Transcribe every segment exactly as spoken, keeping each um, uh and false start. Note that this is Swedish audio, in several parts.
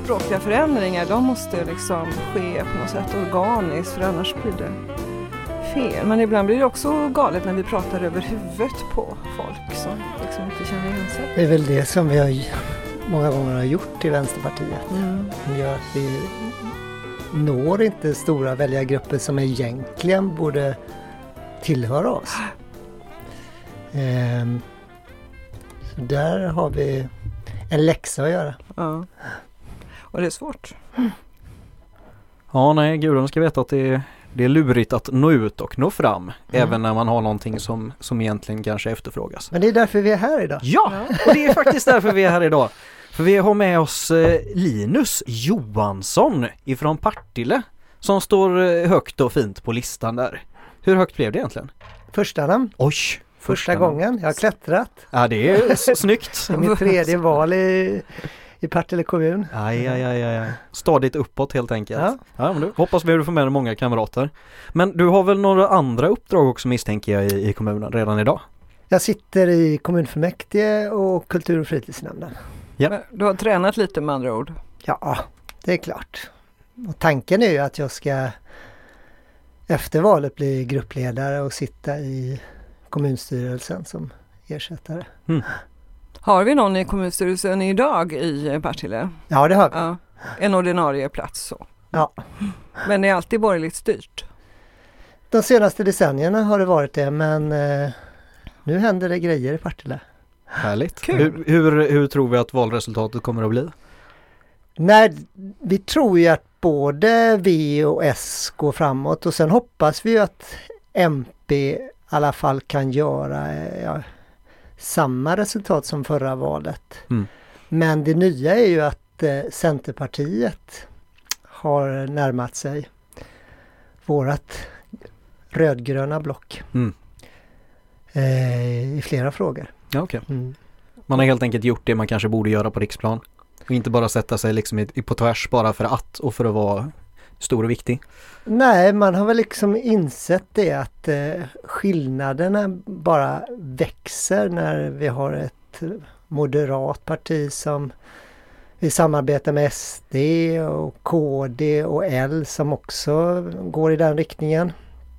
språkliga förändringar, de måste liksom ske på något sätt organiskt, för annars blir det fel. Men ibland blir det också galet när vi pratar över huvudet på folk som liksom inte känner igen sig. Det är väl det som vi har, många gånger har gjort i Vänsterpartiet. Mm. Det gör att vi når inte stora väljargrupper som egentligen borde tillhöra oss. Ehm, så där har vi en läxa att göra. Ja. Och det är svårt. Ja, nej, gudarna ska veta att det är, det är lurigt att nå ut och nå fram. Mm. Även när man har någonting som, som egentligen kanske efterfrågas. Men det är därför vi är här idag. Ja, och det är faktiskt därför vi är här idag. För vi har med oss eh, Linus Johansson ifrån Partille. Som står eh, högt och fint på listan där. Hur högt blev det egentligen? Första namn. Oj! Första, första gången. Jag har klättrat. Ja, det är så snyggt. Det är mitt tredje val i, i Partille kommun. Aj, aj, aj, aj. Stadigt uppåt helt enkelt. Ja. Ja, men du, hoppas vi får med dig många kamrater. Men du har väl några andra uppdrag också, misstänker jag, i, i kommunen redan idag? Jag sitter i kommunfullmäktige och kultur- och fritidsnämnden. Ja. Men du har tränat lite med andra ord. Ja, det är klart. Och tanken är ju att jag ska efter valet bli gruppledare och sitta i kommunstyrelsen som ersättare. Mm. Har vi någon i kommunstyrelsen idag i Partille? Ja, det har vi. Ja, en ordinarie plats så. Ja. Men det är alltid borgerligt styrt. De senaste decennierna har det varit det, men eh, nu händer det grejer i Partille. Härligt. Kul. Hur, hur, hur tror vi att valresultatet kommer att bli? Nej, vi tror ju att både V och S går framåt och sen hoppas vi ju att M P i alla fall kan göra ja, samma resultat som förra valet. Mm. Men det nya är ju att eh, Centerpartiet har närmat sig vårat rödgröna block mm. eh, i flera frågor. Ja, okay. mm. Man har helt enkelt gjort det man kanske borde göra på riksplan. Och inte bara sätta sig liksom i, i på tvärs bara för att och för att vara stor och viktig. Nej, man har väl liksom insett det att eh, skillnaderna bara växer när vi har ett moderat parti som vi samarbetar med S D och K D och L som också går i den riktningen.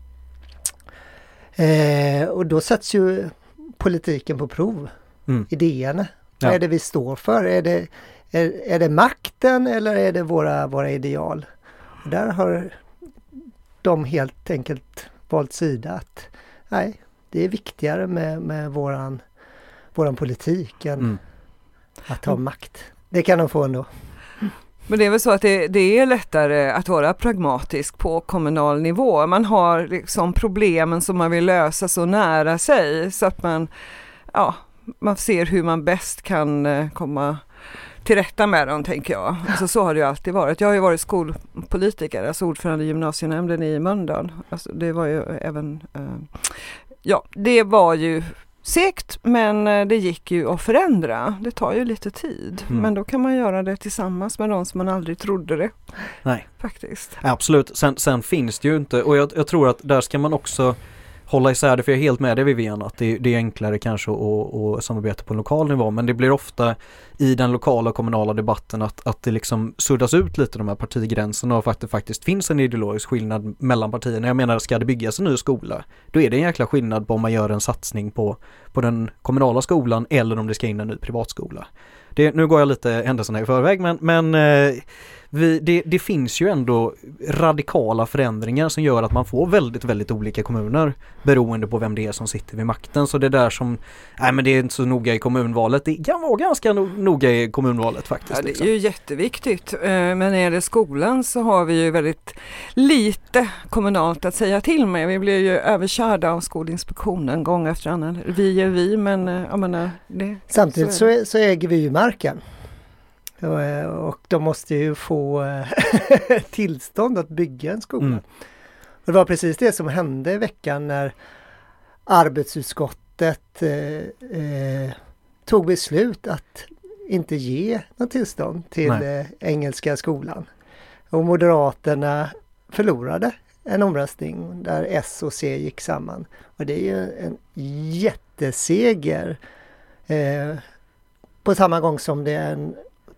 Eh, och då sätts ju politiken på prov. Mm. Idéerna. Ja. Vad är det vi står för? Är det, är, är det makten eller är det våra, våra ideal? Och där har de helt enkelt valt sida att nej, det är viktigare med, med våran, våran politik än mm. att ha makt. Det kan de få ändå. Men det är väl så att det, det är lättare att vara pragmatisk på kommunal nivå. Man har liksom problemen som man vill lösa så nära sig så att man, ja, man ser hur man bäst kan komma till rätta med dem, tänker jag. Alltså, så har det ju alltid varit. Jag har ju varit skolpolitiker, alltså ordförande i gymnasienämnden i Mölndal. Alltså, det var ju även, eh, ja, det var ju segt, men det gick ju att förändra. Det tar ju lite tid. Mm. Men då kan man göra det tillsammans med de som man aldrig trodde det. Nej. Faktiskt. Absolut. Sen, sen finns det ju inte, och jag, jag tror att där ska man också hålla isär det, för jag är helt med det, Vivian, att det, det är enklare kanske att, att samarbeta på en lokal nivå, men det blir ofta i den lokala och kommunala debatten att, att det liksom suddas ut lite de här partigränserna och att det faktiskt finns en ideologisk skillnad mellan partierna. Jag menar, ska det byggas en ny skola, då är det en jäkla skillnad på om man gör en satsning på, på den kommunala skolan eller om det ska in en ny privatskola. Det, nu går jag lite händelserna i förväg, men, men eh, vi, det, det finns ju ändå radikala förändringar som gör att man får väldigt, väldigt olika kommuner beroende på vem det är som sitter vid makten. Så det där som, nej men det är inte så noga i kommunvalet, det kan vara ganska no- noga i kommunvalet faktiskt. Ja, det är liksom. ju jätteviktigt. Men när det gäller skolan så har vi ju väldigt lite kommunalt att säga till med. Vi blir ju överkörda av Skolinspektionen gång efter annan. Vi är vi, men jag menar, det, samtidigt så, så, så äger vi ju marken. Och de måste ju få tillstånd att bygga en skola. Mm. Och det var precis det som hände i veckan när arbetsutskottet eh, eh, tog beslut att inte ge något tillstånd till eh, engelska skolan. Och Moderaterna förlorade en omröstning där S och C gick samman. Och det är ju en jätteseger eh, på samma gång som det är en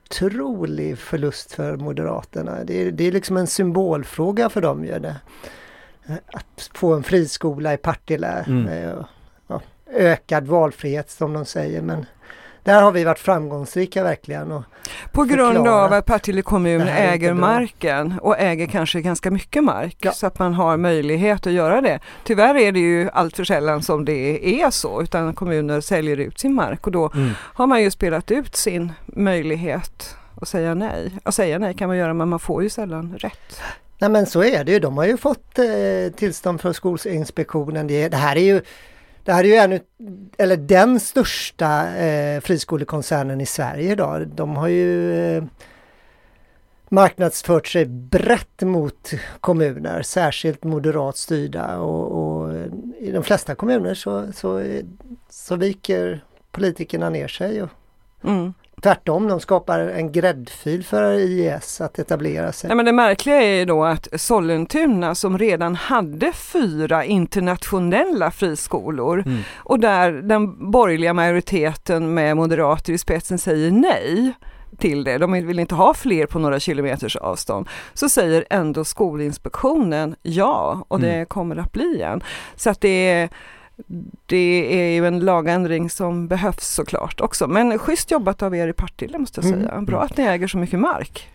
otrolig förlust för Moderaterna. Det är, det är liksom en symbolfråga för dem. Gör det. Att få en friskola i Partille. Mm. Ja, ökad valfrihet som de säger, men där har vi varit framgångsrika verkligen. Och på grund av att Partille kommun äger marken och äger kanske ganska mycket mark, ja. Så att man har möjlighet att göra det. Tyvärr är det ju allt för sällan som det är så, utan kommuner säljer ut sin mark och då mm. har man ju spelat ut sin möjlighet att säga nej. Att säga nej kan man göra, men man får ju sällan rätt. Nej, men så är det ju. De har ju fått eh, tillstånd från Skolinspektionen. Det, det här är ju Det här är ju en, eller den största eh, friskolekoncernen i Sverige idag. De har ju eh, marknadsfört sig brett mot kommuner, särskilt moderat styrda. Och, och i de flesta kommuner så, så, så viker politikerna ner sig. Och mm. Tvärtom, de skapar en gräddfil för I S att etablera sig. Ja, men det märkliga är ju då att Sollentuna som redan hade fyra internationella friskolor mm. och där den borgerliga majoriteten med moderater i spetsen säger nej till det. De vill inte ha fler på några kilometers avstånd. Så säger ändå Skolinspektionen ja, och det mm. kommer att bli en. Så att det är Det är ju en lagändring som behövs såklart också. Men schysst jobbat av er i Partille måste jag säga. Mm. Bra att ni äger så mycket mark.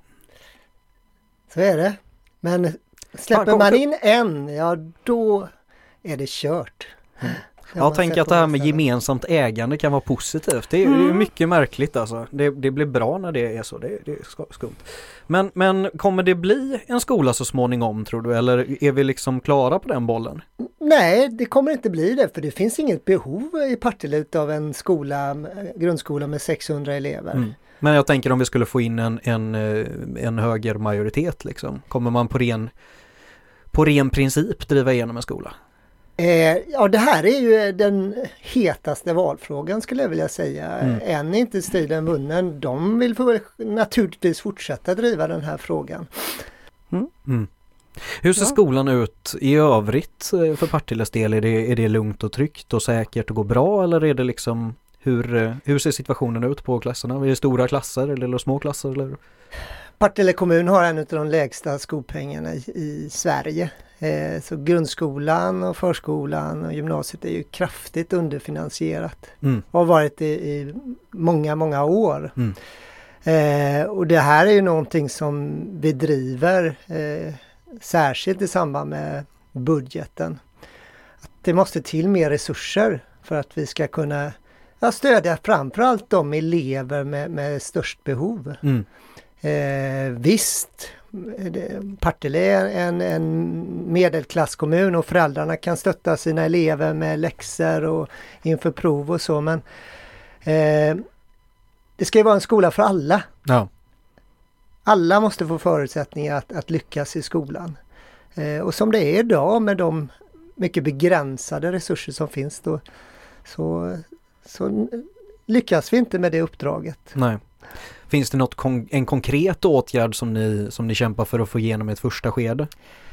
Så är det. Men släpper man in en, ja då är det kört. Mm. Jag tänker att det här med gemensamt ägande kan vara positivt. Det är, mm. det är mycket märkligt alltså. Det, det blir bra när det är så. Det, det är skumt. Men, men kommer det bli en skola så småningom tror du? Eller är vi liksom klara på den bollen? Nej, det kommer inte bli det. För det finns inget behov i Partille av en skola, grundskola med sexhundra elever. Mm. Men jag tänker om vi skulle få in en, en, en högermajoritet liksom. Kommer man på ren, på ren princip driva igenom en skola? Eh, ja, det här är ju den hetaste valfrågan skulle jag vilja säga. Mm. Än är inte striden vunnen. De vill för, naturligtvis fortsätta driva den här frågan. Mm. Mm. Hur ser ja. skolan ut i övrigt för Partilles del? Är det, är det lugnt och tryggt och säkert och går bra? Eller är det liksom, hur, hur ser situationen ut på klasserna? Är det stora klasser eller små klasser? Eller? Partille kommun har en av de lägsta skolpengarna i, i Sverige. Eh, så grundskolan och förskolan och gymnasiet är ju kraftigt underfinansierat. Mm. Och har varit i, i många, många år. Mm. Eh, och det här är ju någonting som vi driver eh, särskilt i samband med budgeten. Att det måste till mer resurser för att vi ska kunna ja, stödja framförallt de elever med, med störst behov. Mm. Eh, visst, Partille är en, en medelklasskommun och föräldrarna kan stötta sina elever med läxor och inför prov och så, men eh, det ska ju vara en skola för alla. Ja. Alla måste få förutsättningar att, att lyckas i skolan. Eh, och som det är idag med de mycket begränsade resurser som finns då, så, så lyckas vi inte med det uppdraget. Nej. Finns det något kon- en konkret åtgärd som ni, som ni kämpar för att få igenom ett första skede?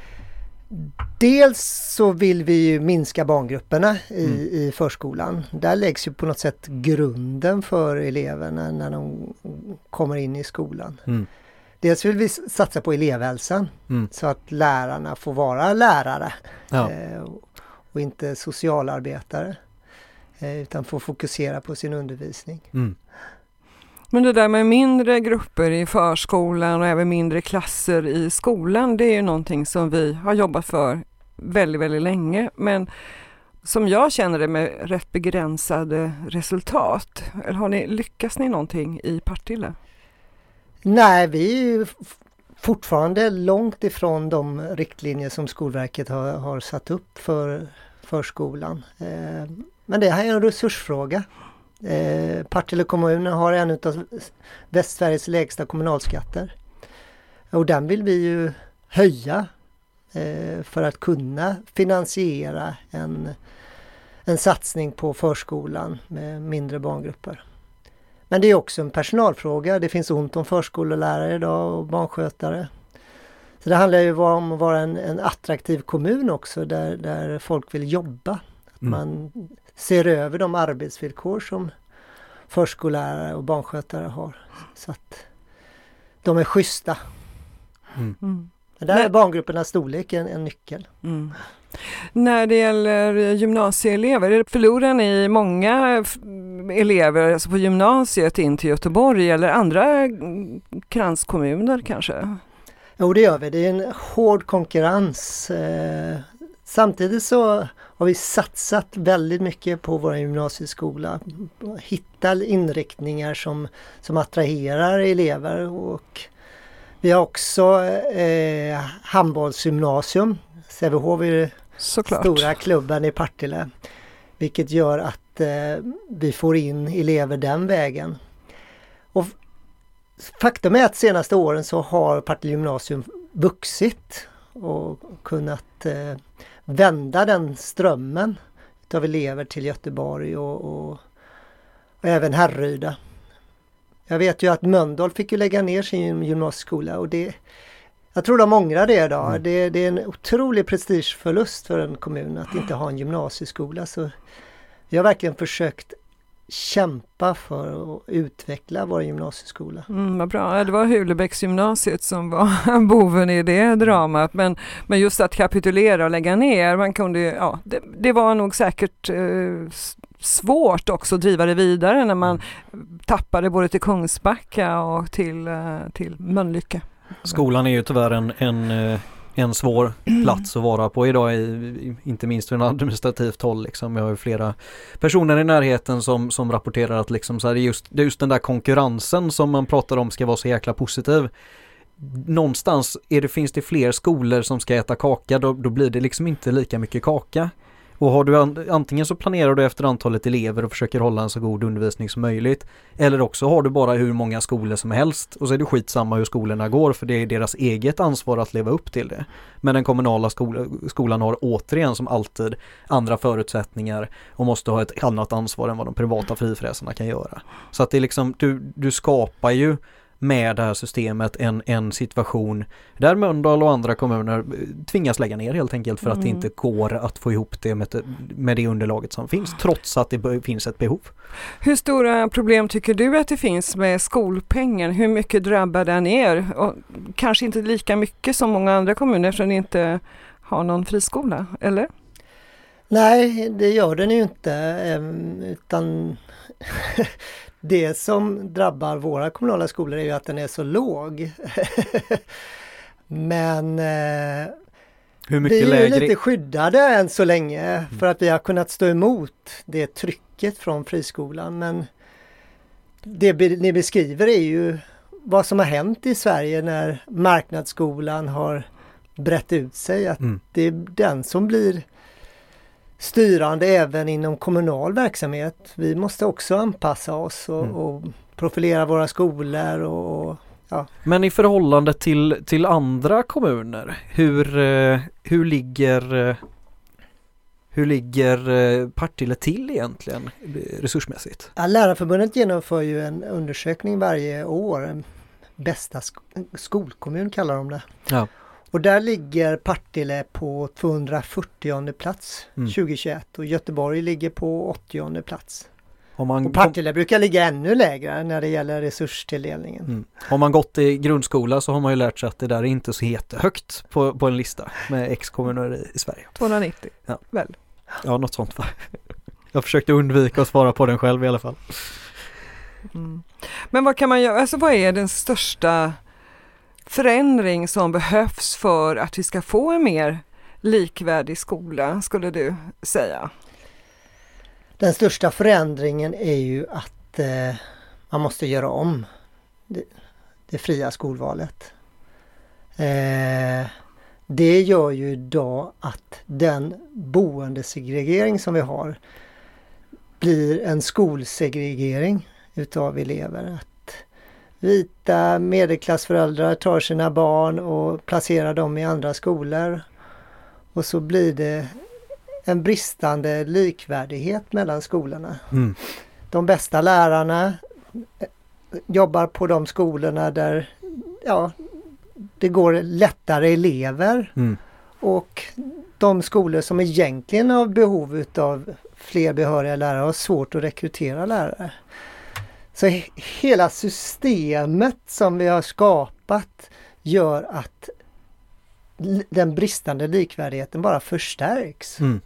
Dels så vill vi ju minska barngrupperna i, mm. i förskolan. Där läggs ju på något sätt grunden för eleverna när de kommer in i skolan. Mm. Dels vill vi satsa på elevhälsan mm. så att lärarna får vara lärare ja. eh, och inte socialarbetare eh, utan får fokusera på sin undervisning. Mm. Men det där med mindre grupper i förskolan och även mindre klasser i skolan, det är ju någonting som vi har jobbat för väldigt, väldigt länge. Men som jag känner det med rätt begränsade resultat. Eller har ni, lyckats ni någonting i Partille? Nej, vi är ju fortfarande långt ifrån de riktlinjer som Skolverket har, har satt upp för förskolan. Eh, men det här är en resursfråga. Eh, Partille kommun har en av Västsveriges lägsta kommunalskatter. Och den vill vi ju höja eh, för att kunna finansiera en, en satsning på förskolan med mindre barngrupper. Men det är också en personalfråga. Det finns ont om förskollärare idag och barnskötare. Så det handlar ju om att vara en, en attraktiv kommun också där, där folk vill jobba. Att mm. man ser över de arbetsvillkor som, förskollärare och barnskötare har. Så att de är schyssta. Mm. Mm. Där är barngruppernas storlek en, en nyckel. Mm. När det gäller gymnasieelever, förlorar ni många elever alltså på gymnasiet in till Göteborg eller andra kranskommuner kanske? Jo, det gör vi. Det är en hård konkurrens. Eh, samtidigt så har vi satsat väldigt mycket på vår gymnasieskola. Hitta inriktningar som, som attraherar elever, och vi har också eh, handbollsgymnasium. Sävehof är Såklart. Stora klubben i Partille, vilket gör att eh, vi får in elever den vägen. Och faktum är att senaste åren så har Partille gymnasium vuxit och kunnat eh, vända den strömmen av elever till Göteborg och, och, och även Härryda. Jag vet ju att Mölndal fick ju lägga ner sin gymnasieskola, och det, jag tror de ångrar det idag. Mm. Det, det är en otrolig prestigeförlust för en kommun att inte ha en gymnasieskola. Så vi har verkligen försökt kämpa för att utveckla vår gymnasieskola. Mm, vad bra. Det var Hulebäcksgymnasiet som var boven i det dramat. Men, men just att kapitulera och lägga ner, man kunde, ja, det, det var nog säkert eh, svårt också att driva det vidare när man tappade både till Kungsbacka och till, eh, till Mölnlycke. Skolan är ju tyvärr en, en, en svår plats att vara på idag, i, inte minst från administrativt håll. Liksom. Jag har ju flera personer i närheten som, som rapporterar att liksom så här, just, det är just den där konkurrensen som man pratar om ska vara så jäkla positiv. Någonstans är det, finns det fler skolor som ska äta kaka, då, då blir det liksom inte lika mycket kaka. Och har du antingen så planerar du efter antalet elever och försöker hålla en så god undervisning som möjligt, eller också har du bara hur många skolor som helst och så är det skitsamma hur skolorna går, för det är deras eget ansvar att leva upp till det. Men den kommunala skol- skolan har återigen som alltid andra förutsättningar och måste ha ett annat ansvar än vad de privata frifräsarna kan göra. Så att det är liksom, du, du skapar ju med det här systemet en, en situation där Mölndal och andra kommuner tvingas lägga ner helt enkelt för att mm. det inte går att få ihop det med, med det underlaget som finns, trots att det be- finns ett behov. Hur stora problem tycker du att det finns med skolpengen? Hur mycket drabbar den er? Och kanske inte lika mycket som många andra kommuner eftersom ni inte har någon friskola, eller? Nej, det gör den ju inte, utan det som drabbar våra kommunala skolor är ju att den är så låg. Men eh, Hur mycket vi är lägre... lite skyddade än så länge mm. för att vi har kunnat stå emot det trycket från friskolan. Men det ni beskriver är ju vad som har hänt i Sverige när marknadsskolan har brett ut sig. Att mm. det är den som blir styrande även inom kommunal verksamhet. Vi måste också anpassa oss och, mm. och profilera våra skolor. Och, och, ja. Men i förhållande till, till andra kommuner, hur, hur ligger, hur ligger Partille till egentligen resursmässigt? Ja, Lärarförbundet genomför ju en undersökning varje år. Bästa sk- skolkommun kallar de det. Ja. Och där ligger Partille på tvåhundrafyrtionde plats mm. tjugohundratjugoett och Göteborg ligger på åttionde plats. Om man och Partille kom... brukar ligga ännu lägre när det gäller resurstilldelningen. Mm. Har man gått i grundskola så har man ju lärt sig att det där är inte så jättehögt på, på en lista med ex-kommuner i, i Sverige. tvåhundranittio, ja. väl? Ja, något sånt. Jag försökte undvika att svara på den själv i alla fall. Mm. Men vad kan man göra? Alltså vad är den största förändring som behövs för att vi ska få en mer likvärdig skola, skulle du säga? Den största förändringen är ju att eh, man måste göra om det, det fria skolvalet. Eh, det gör ju idag att den boendesegregering som vi har blir en skolsegregering utav elever. Vita medelklassföräldrar tar sina barn och placerar dem i andra skolor. Och så blir det en bristande likvärdighet mellan skolorna. Mm. De bästa lärarna jobbar på de skolorna där ja, det går lättare elever. Mm. Och de skolor som egentligen har behov av fler behöriga lärare har svårt att rekrytera lärare. Så he- hela systemet som vi har skapat gör att l- den bristande likvärdigheten bara förstärks. Mm.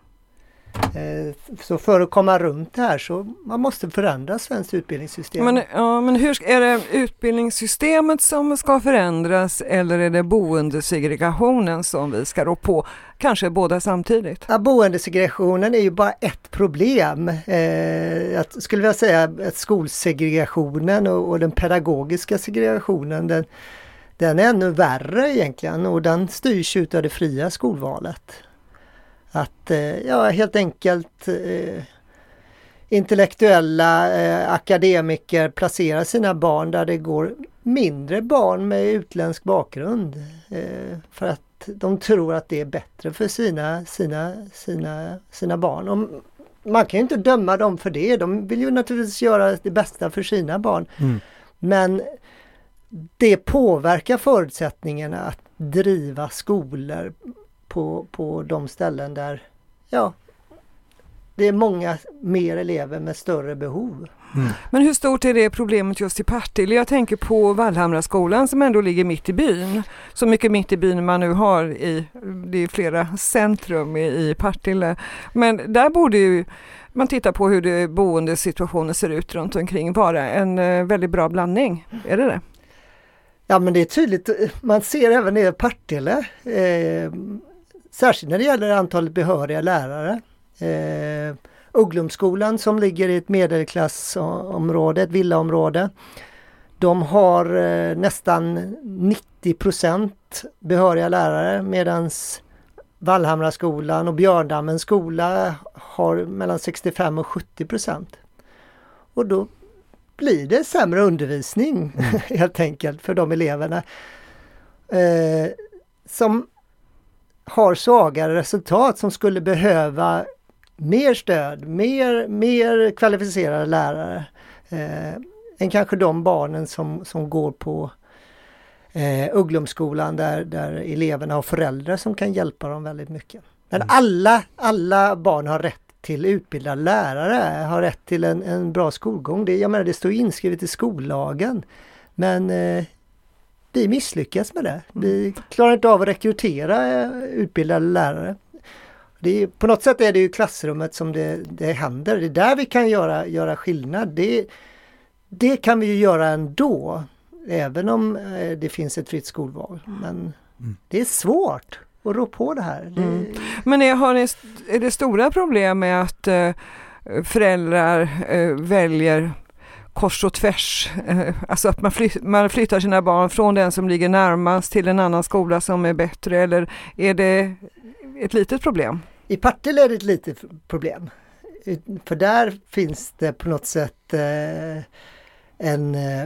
Eh, så för att komma runt det här så man måste förändra svenskt utbildningssystem. Men, ja, men hur ska- är det utbildningssystemet som ska förändras eller är det boendesegregationen som vi ska rå på? Kanske båda samtidigt. Ja, boendesegregationen är ju bara ett problem. Eh, jag skulle vilja säga att skolsegregationen och, och den pedagogiska segregationen den, den är ännu värre egentligen och den styrs ut av det fria skolvalet. Att eh, ja, helt enkelt eh, intellektuella eh, akademiker placerar sina barn där det går mindre barn med utländsk bakgrund. Eh, för att de tror att det är bättre för sina, sina, sina, sina barn. Och man kan ju inte döma dem för det. De vill ju naturligtvis göra det bästa för sina barn. Mm. Men det påverkar förutsättningarna att driva skolor på, på de ställen där ja, det är många mer elever med större behov. Mm. Men hur stort är det problemet just i Partille? Jag tänker på Vallhamraskolan som ändå ligger mitt i byn. Så mycket mitt i byn man nu har i, det är flera centrum i, i Partille. Men där borde ju man titta på hur det boendesituationen ser ut runt omkring vara en uh, väldigt bra blandning. Är det det? Ja, men det är tydligt. Man ser även i Partille. Eh, särskilt när det gäller antalet behöriga lärare. Eh, Ugglumskolan som ligger i ett medelklassområde, ett villaområde. De har eh, nästan nittio procent behöriga lärare medan Vallhamraskolan och Björndammens skola har mellan sextiofem och sjuttio procent. Och då blir det sämre undervisning mm. helt enkelt för de eleverna eh, som har svagare resultat som skulle behöva mer stöd, mer, mer kvalificerade lärare eh, än kanske de barnen som, som går på eh, Ugglumskolan där, där eleverna har föräldrar som kan hjälpa dem väldigt mycket. Men mm. alla, alla barn har rätt till utbildade lärare, har rätt till en, en bra skolgång. Det, jag menar, det står inskrivet i skollagen. Men eh, vi misslyckas med det. Vi klarar inte av att rekrytera eh, utbildade lärare. Det är, på något sätt är det ju klassrummet som det, det händer. Det är där vi kan göra, göra skillnad. Det, det kan vi ju göra ändå. Även om eh, det finns ett fritt skolval. Men mm. det är svårt att rå på det här. Det... Mm. Men är, har ni, är det stora problem med att eh, föräldrar eh, väljer kors och tvärs? Eh, alltså att man, fly, man flyttar sina barn från den som ligger närmast till en annan skola som är bättre? Eller är det ett litet problem? I Partille är det ett litet problem. För där finns det på något sätt eh, en eh,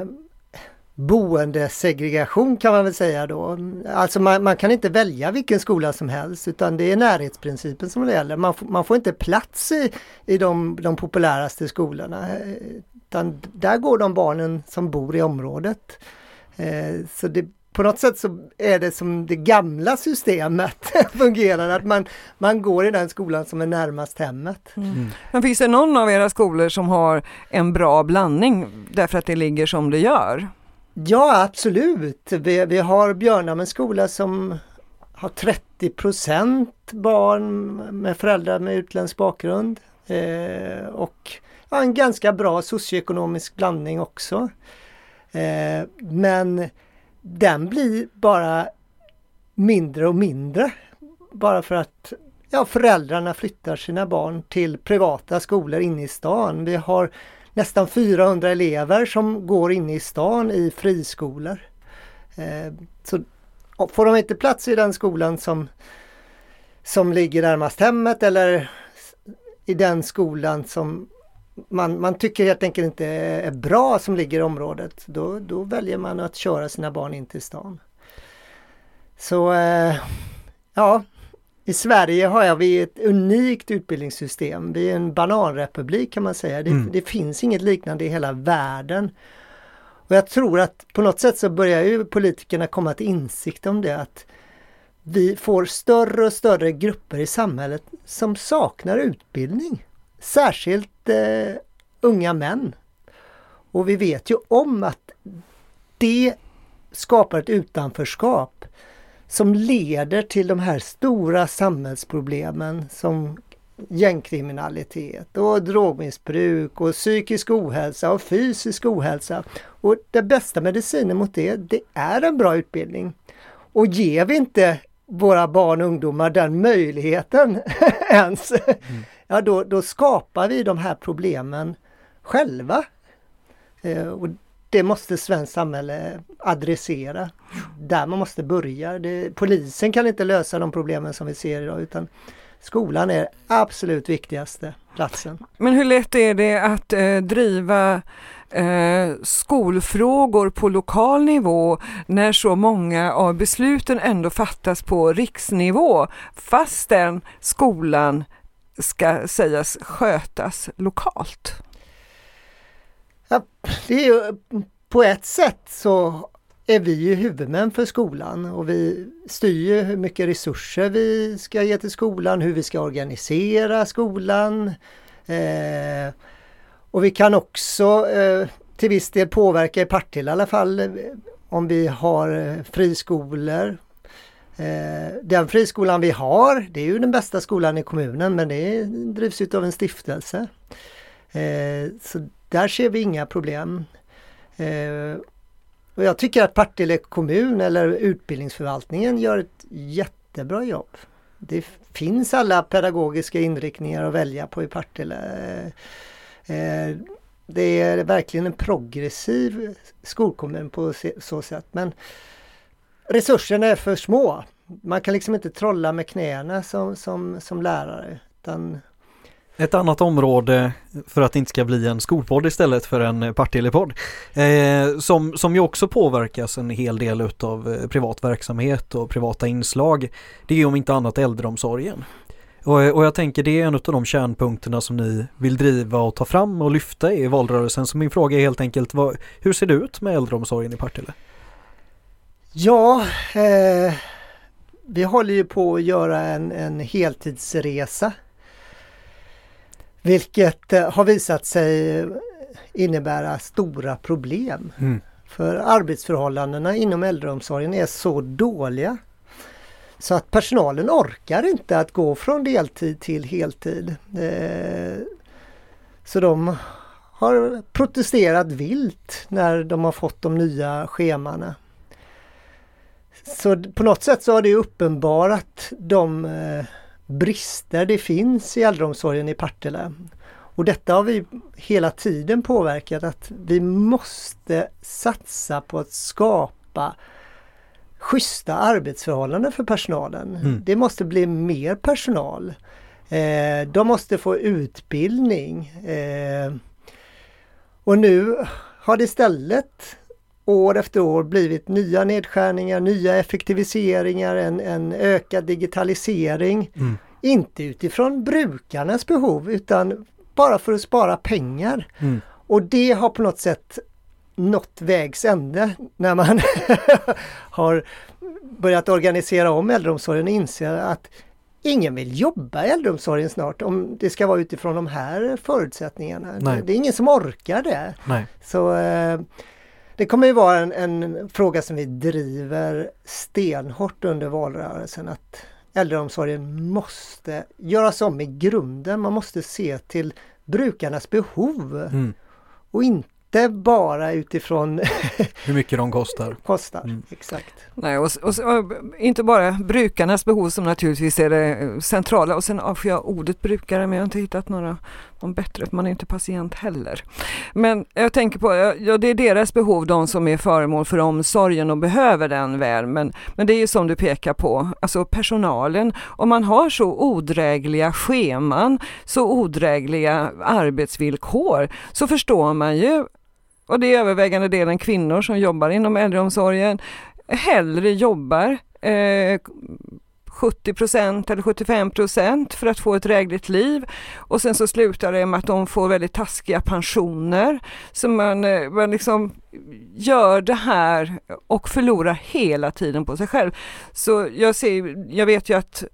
boendesegregation kan man väl säga då. Alltså man, man kan inte välja vilken skola som helst utan det är närhetsprincipen som det gäller. Man, man får inte plats i, i de, de populäraste skolorna. Utan där går de barnen som bor i området. Eh, så det på något sätt så är det som det gamla systemet fungerar, att man, man går i den skolan som är närmast hemmet. Mm. Mm. Men finns det någon av era skolor som har en bra blandning därför att det ligger som det gör? Ja, absolut. Vi, vi har Björndammens skola som har trettio procent barn med föräldrar med utländsk bakgrund eh, och ja, en ganska bra socioekonomisk blandning också. Eh, men den blir bara mindre och mindre. Bara för att ja, föräldrarna flyttar sina barn till privata skolor inne i stan. Vi har nästan fyrahundra elever som går inne i stan i friskolor. Eh, så får de inte plats i den skolan som, som ligger närmast hemmet eller i den skolan som Man, man tycker helt enkelt inte är bra som ligger i området, då, då väljer man att köra sina barn in till stan. Så eh, ja, i Sverige har vi ett unikt utbildningssystem. Vi är en bananrepublik kan man säga. Det, mm. det finns inget liknande i hela världen. Och jag tror att på något sätt så börjar ju politikerna komma till insikt om det, att vi får större och större grupper i samhället som saknar utbildning. Särskilt eh, unga män. Och vi vet ju om att det skapar ett utanförskap som leder till de här stora samhällsproblemen som gängkriminalitet och drogmissbruk och psykisk ohälsa och fysisk ohälsa. Och den bästa medicinen mot det, det är en bra utbildning. Och ger vi inte våra barn och ungdomar den möjligheten ens, mm. ja då, då skapar vi de här problemen själva. Eh, och det måste svenskt samhälle adressera. Där man måste börja. Det, polisen kan inte lösa de problemen som vi ser idag, utan skolan är absolut viktigaste platsen. Men hur lätt är det att eh, driva eh, skolfrågor på lokal nivå när så många av besluten ändå fattas på riksnivå, fastän skolan ska sägas skötas lokalt? Ja, det är ju, på ett sätt så är vi ju huvudmän för skolan och vi styr hur mycket resurser vi ska ge till skolan, hur vi ska organisera skolan. Eh, och vi kan också eh, till viss del påverka i Partille i alla fall om vi har friskolor. Eh, den friskolan vi har, det är ju den bästa skolan i kommunen, men det drivs ut av en stiftelse. Eh, så där ser vi inga problem. Eh, och jag tycker att Partille kommun eller utbildningsförvaltningen gör ett jättebra jobb. Det finns alla pedagogiska inriktningar att välja på i Partille. Eh, det är verkligen en progressiv skolkommun på så sätt. Men resurserna är för små. Man kan liksom inte trolla med knäna som, som, som lärare. Utan ett annat område, för att det inte ska bli en skolpodd istället för en Partille-podd, eh, som, som ju också påverkas en hel del utav privat verksamhet och privata inslag, det är ju om inte annat äldreomsorgen. Och, och jag tänker det är en av de kärnpunkterna som ni vill driva och ta fram och lyfta i valrörelsen. Så min fråga är helt enkelt, vad, hur ser det ut med äldreomsorgen i Partille? Ja, eh, vi håller ju på att göra en, en heltidsresa. Vilket har visat sig innebära stora problem. Mm. För arbetsförhållandena inom äldreomsorgen är så dåliga så att personalen orkar inte att gå från deltid till heltid. Så de har protesterat vilt när de har fått de nya schemana. Så på något sätt så har det uppenbarat de brister det finns i äldreomsorgen i Partille. Och detta har vi hela tiden påverkat, att vi måste satsa på att skapa schyssta arbetsförhållanden för personalen. Mm. Det måste bli mer personal. Eh, de måste få utbildning. Eh, och nu har det istället år efter år blivit nya nedskärningar, nya effektiviseringar, en, en ökad digitalisering. Mm. Inte utifrån brukarnas behov utan bara för att spara pengar. Mm. Och det har på något sätt nått vägs ände när man har börjat organisera om äldreomsorgen och inser att ingen vill jobba i äldreomsorgen snart om det ska vara utifrån de här förutsättningarna. Nej. Det är ingen som orkar det. Nej. Så eh, det kommer ju vara en, en fråga som vi driver stenhårt under valrörelsen, att äldreomsorgen måste göras om i grunden. Man måste se till brukarnas behov mm. och inte bara utifrån hur mycket de kostar. Kostar, mm. exakt. Nej, och, och, och inte bara brukarnas behov som naturligtvis är det centrala, och sen avskyr jag ordet brukare, men jag har inte hittat några någon bättre, man är inte patient heller. Men jag tänker på, ja, det är deras behov, de som är föremål för omsorgen och behöver den väl, men, men det är ju som du pekar på, alltså personalen, om man har så odrägliga scheman, så odrägliga arbetsvillkor, så förstår man ju, och det är övervägande delen kvinnor som jobbar inom äldreomsorgen, hellre jobbar eh, sjuttio procent eller sjuttiofem procent för att få ett drägligt liv, och sen så slutar det med att de får väldigt taskiga pensioner, så man, man liksom gör det här och förlorar hela tiden på sig själv. Så jag ser, jag vet ju att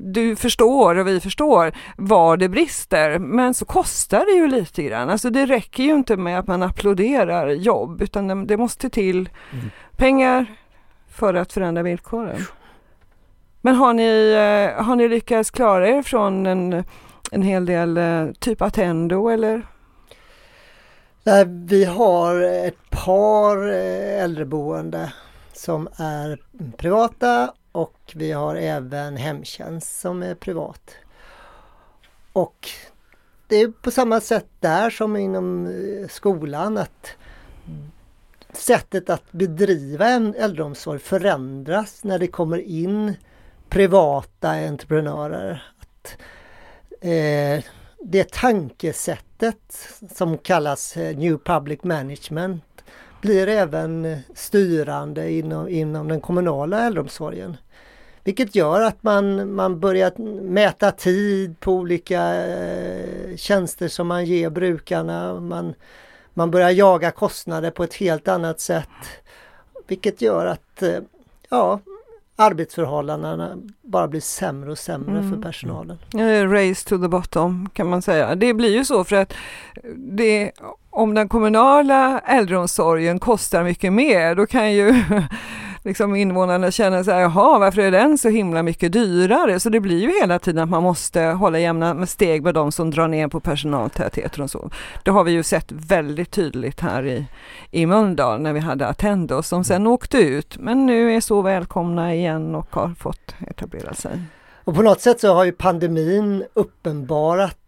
du förstår och vi förstår var det brister, men så kostar det ju lite grann. Alltså det räcker ju inte med att man applåderar jobb, utan det, det måste till mm. pengar för att förändra villkoren. Men har ni, har ni lyckats klara er från en, en hel del typ Attendo eller? Nej, vi har ett par äldreboende som är privata och vi har även hemtjänst som är privat. Och det är på samma sätt där som inom skolan att sättet att bedriva en äldreomsorg förändras när det kommer in privata entreprenörer. Att, eh, det tankesättet som kallas New Public Management blir även styrande inom, inom den kommunala äldreomsorgen. Vilket gör att man, man börjar mäta tid på olika eh, tjänster som man ger brukarna. Man, man börjar jaga kostnader på ett helt annat sätt. Vilket gör att eh, ja, arbetsförhållandena bara blir sämre och sämre mm. för personalen. Race to the bottom kan man säga. Det blir ju så för att det, om den kommunala äldreomsorgen kostar mycket mer, då kan ju liksom invånarna känna så här, jaha, varför är den så himla mycket dyrare? Så det blir ju hela tiden att man måste hålla jämna med steg med de som drar ner på personaltätheter och så. Det har vi ju sett väldigt tydligt här i, i Mölndal när vi hade Attendo som sen åkte ut, men nu är så välkomna igen och har fått etablera sig. Och på något sätt så har ju pandemin uppenbarat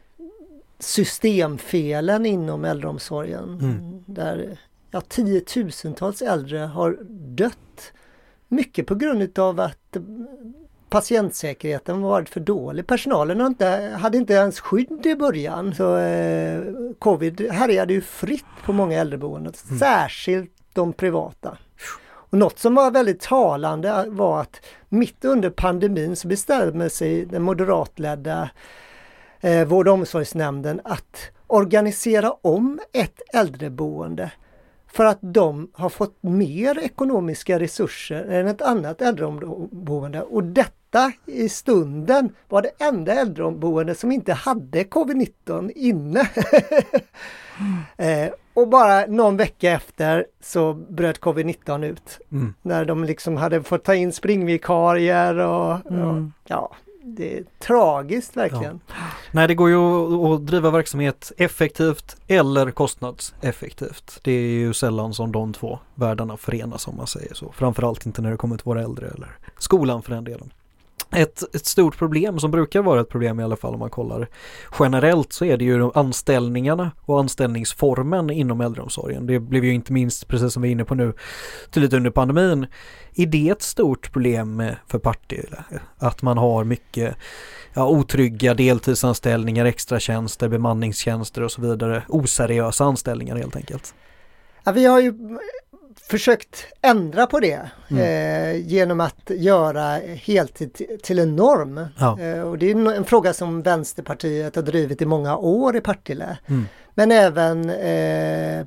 systemfelen inom äldreomsorgen. Mm. Där ja, tiotusentals äldre har dött. Mycket på grund av att patientsäkerheten varit för dålig. Personalen inte, hade inte ens skydd i början. Så eh, covid härjade ju fritt på många äldreboenden. Mm. Särskilt de privata. Och något som var väldigt talande var att mitt under pandemin så bestämde sig den moderatledda eh, vård- och omsorgsnämnden att organisera om ett äldreboende för att de har fått mer ekonomiska resurser än ett annat äldreboende. Och detta i stunden var det enda äldreboende som inte hade covid nitton inne. mm. eh, och bara någon vecka efter så bröt covid nitton ut. Mm. När de liksom hade fått ta in springvikarier och, mm. och ja... Det är tragiskt verkligen. Ja. Nej, det går ju att driva verksamhet effektivt eller kostnadseffektivt. Det är ju sällan som de två världarna förenas, om man säger så. Framförallt inte när det kommer till våra äldre eller skolan för den delen. Ett, ett stort problem som brukar vara ett problem i alla fall om man kollar generellt, så är det ju anställningarna och anställningsformen inom äldreomsorgen. Det blev ju inte minst, precis som vi är inne på nu, tydligt under pandemin. Är det ett stort problem för Partille? Att man har mycket ja, otrygga deltidsanställningar, extratjänster, bemanningstjänster och så vidare. Oseriösa anställningar helt enkelt. Ja, vi har ju försökt ändra på det mm. eh, genom att göra heltid till en norm. Ja. Eh, och det är en, en fråga som Vänsterpartiet har drivit i många år i Partille. Mm. Men även eh,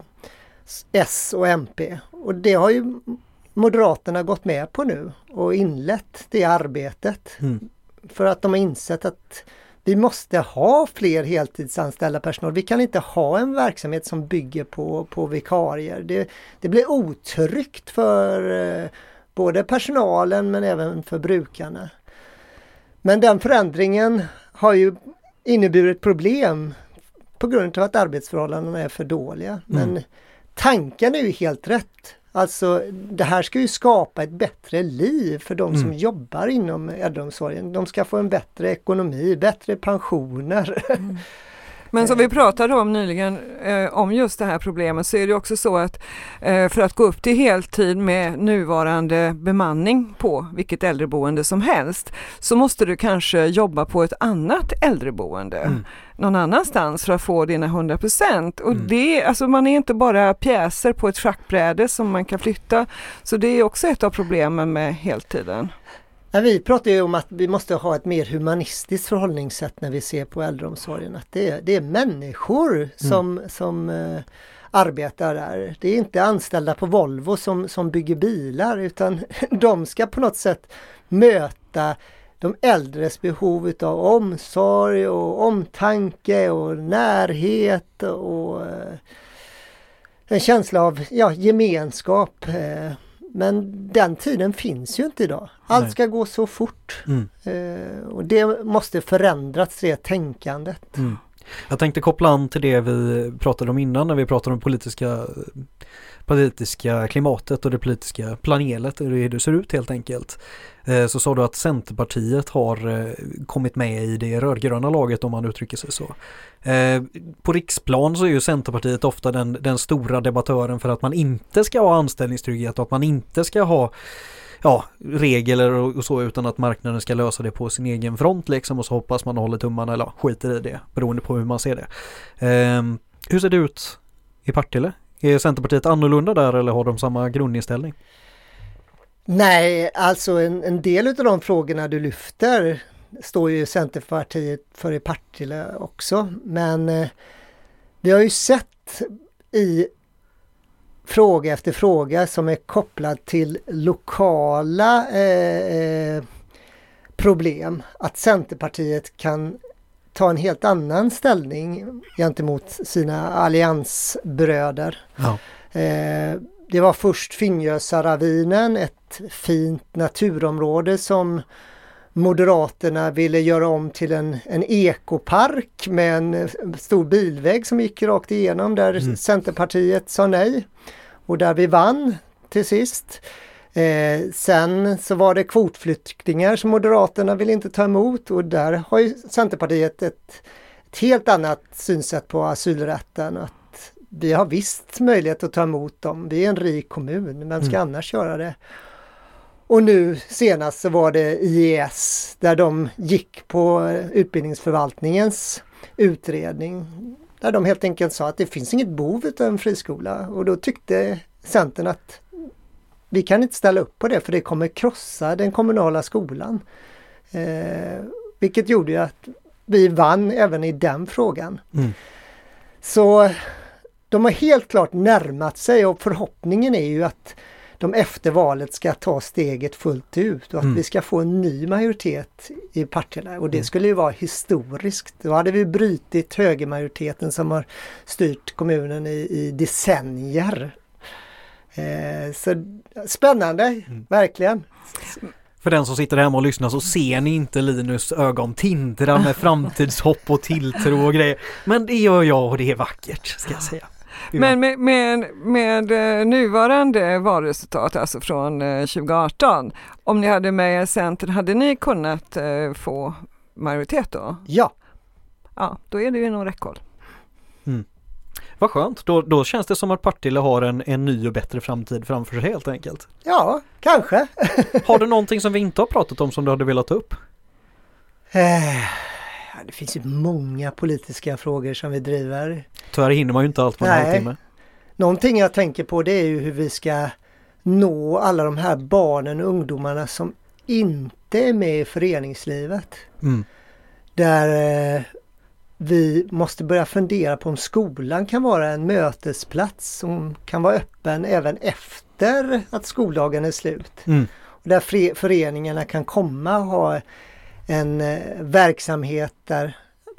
S och M P. Och det har ju Moderaterna gått med på nu och inlett det arbetet. Mm. För att de har insett att vi måste ha fler heltidsanställda personal. Vi kan inte ha en verksamhet som bygger på, på vikarier. Det, det blir otryggt för eh, både personalen men även för brukarna. Men den förändringen har ju inneburit problem på grund av att arbetsförhållandena är för dåliga. Mm. Men tanken är ju helt rätt. Alltså det här ska ju skapa ett bättre liv för de som mm. jobbar inom äldreomsorgen. De ska få en bättre ekonomi, bättre pensioner. Mm. Men som vi pratade om nyligen eh, om just det här problemet, så är det också så att eh, för att gå upp till heltid med nuvarande bemanning på vilket äldreboende som helst, så måste du kanske jobba på ett annat äldreboende. Mm. någon annanstans för att få dina hundra procent. Och mm. det, alltså man är inte bara pjäser på ett schackbräde som man kan flytta. Så det är också ett av problemen med heltiden. Ja, vi pratar ju om att vi måste ha ett mer humanistiskt förhållningssätt när vi ser på äldreomsorgen. Att det är, det är människor som, mm. som uh, arbetar där. Det är inte anställda på Volvo som, som bygger bilar, utan de ska på något sätt möta de äldres behov av omsorg och omtanke och närhet och eh, en känsla av ja, gemenskap. Eh, men den tiden finns ju inte idag. Allt ska gå så fort. Mm. Eh, och det måste förändras, det tänkandet. Mm. Jag tänkte koppla an till det vi pratade om innan när vi pratade om politiska, politiska klimatet och det politiska planelet och hur det ser ut helt enkelt. Eh, så sa du att Centerpartiet har eh, kommit med i det rödgröna laget om man uttrycker sig så. Eh, på riksplan så är ju Centerpartiet ofta den, den stora debattören för att man inte ska ha anställningstrygghet och att man inte ska ha ja, regler och så utan att marknaden ska lösa det på sin egen front liksom och så hoppas man håller tummarna eller skiter i det beroende på hur man ser det. Eh, hur ser det ut i Partille? Är Centerpartiet annorlunda där eller har de samma grundinställning? Nej, alltså en, en del av de frågorna du lyfter står ju Centerpartiet för i Partille också. Men eh, vi har ju sett i fråga efter fråga som är kopplad till lokala eh, problem att Centerpartiet kan ta en helt annan ställning gentemot sina alliansbröder. Ja. Eh, det var först Finnjösaravinen, ett fint naturområde som Moderaterna ville göra om till en, en ekopark med en stor bilväg som gick rakt igenom där mm. Centerpartiet sa nej och där vi vann till sist. Eh, sen så var det kvotflyktingar som Moderaterna ville inte ta emot och där har ju Centerpartiet ett, ett helt annat synsätt på asylrätten. Att vi har visst möjlighet att ta emot dem. Vi är en rik kommun, men ska mm. annars göra det? Och nu senast så var det I E S där de gick på utbildningsförvaltningens utredning. Där de helt enkelt sa att det finns inget behov av en friskola. Och då tyckte Centern att vi kan inte ställa upp på det för det kommer krossa den kommunala skolan. Eh, vilket gjorde ju att vi vann även i den frågan. Mm. Så de har helt klart närmat sig och förhoppningen är ju att de efter valet ska ta steget fullt ut och att mm. vi ska få en ny majoritet i Partille. Och det mm. skulle ju vara historiskt. Då hade vi brytit högermajoriteten som har styrt kommunen i, i decennier. Eh, så spännande, mm. verkligen. För den som sitter hemma och lyssnar så ser ni inte Linus ögon tindra med framtidshopp och tilltro och grejer. Men det gör jag och det är vackert, ska jag säga. Men med, med, med nuvarande valresultat, alltså från tjugo arton, om ni hade med Centern, hade ni kunnat uh, få majoritet då? Ja. Ja, då är det ju inom räckhåll. Mm. Vad skönt, då, då känns det som att Partille har en, en ny och bättre framtid framför sig helt enkelt. Ja, kanske. Har du någonting som vi inte har pratat om som du hade velat ta upp? Eh, det finns ju många politiska frågor som vi driver. Tyvärr hinner man ju inte allt på en Nej. halvtimme. Någonting jag tänker på det är ju hur vi ska nå alla de här barnen och ungdomarna som inte är med i föreningslivet. Mm. Där eh, vi måste börja fundera på om skolan kan vara en mötesplats som kan vara öppen även efter att skoldagen är slut. Mm. Och där fre- föreningarna kan komma och ha en eh, verksamhet där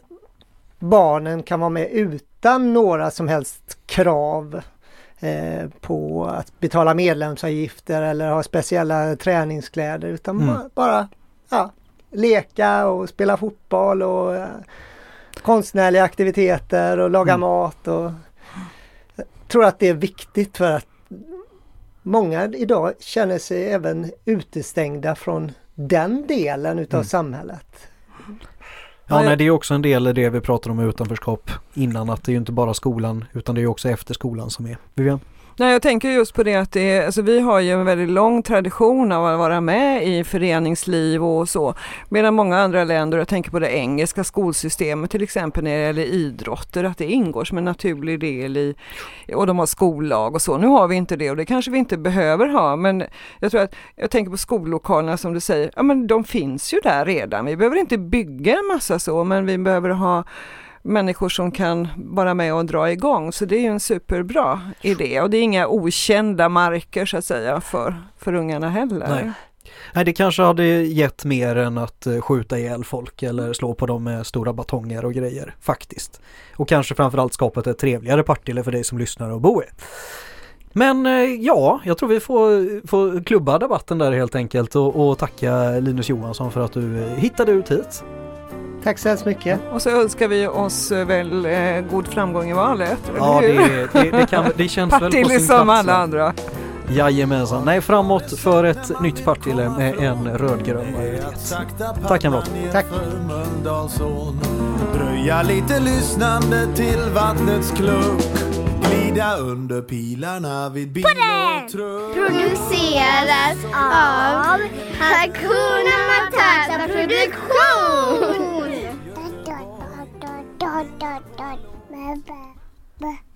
barnen kan vara med utan några som helst krav eh, på att betala medlemsavgifter eller ha speciella träningskläder utan mm. bara, bara ja, leka och spela fotboll och eh, konstnärliga aktiviteter och laga mm. mat. Och jag tror att det är viktigt för att många idag känner sig även utestängda från den delen utav mm. samhället. Ja, nej, det är också en del av det vi pratar om utanförskap innan, att det är ju inte bara skolan utan det är också efter skolan som är. Vivian? Nej, jag tänker just på det att det är, alltså vi har ju en väldigt lång tradition av att vara med i föreningsliv och så. Medan många andra länder, jag tänker på det engelska skolsystemet till exempel när det gäller idrotter, att det ingår som en naturlig del i, och de har skollag och så. Nu har vi inte det och det kanske vi inte behöver ha, men jag tror att, jag tänker på skollokalerna som du säger, ja men de finns ju där redan. Vi behöver inte bygga en massa så, men vi behöver ha människor som kan vara med och dra igång. Så det är ju en superbra idé. Och det är inga okända marker så att säga för, för ungarna heller. Nej. Nej, det kanske hade gett mer än att skjuta ihjäl folk eller slå på dem med stora batonger och grejer, faktiskt. Och kanske framförallt skapat ett trevligare Partille för dig som lyssnar och bor. Men ja, jag tror vi får, får klubba debatten där helt enkelt och, och tacka Linus Johansson för att du hittade ut hit. Tack så hemskt mycket. Och så önskar vi oss väl eh, god framgång i valet. Ja, det, det, det, kan, det känns väl på sin plats. Som alla andra. Jajamensan. Nej, framåt för ett nytt Partille med en rödgrön majoritet. Tack kamrat. Tack. Dröja lite lyssnande till vattnets klunk. Glida under pilarna vid bil och truck. Produceras av Hakuna Matata Produktion.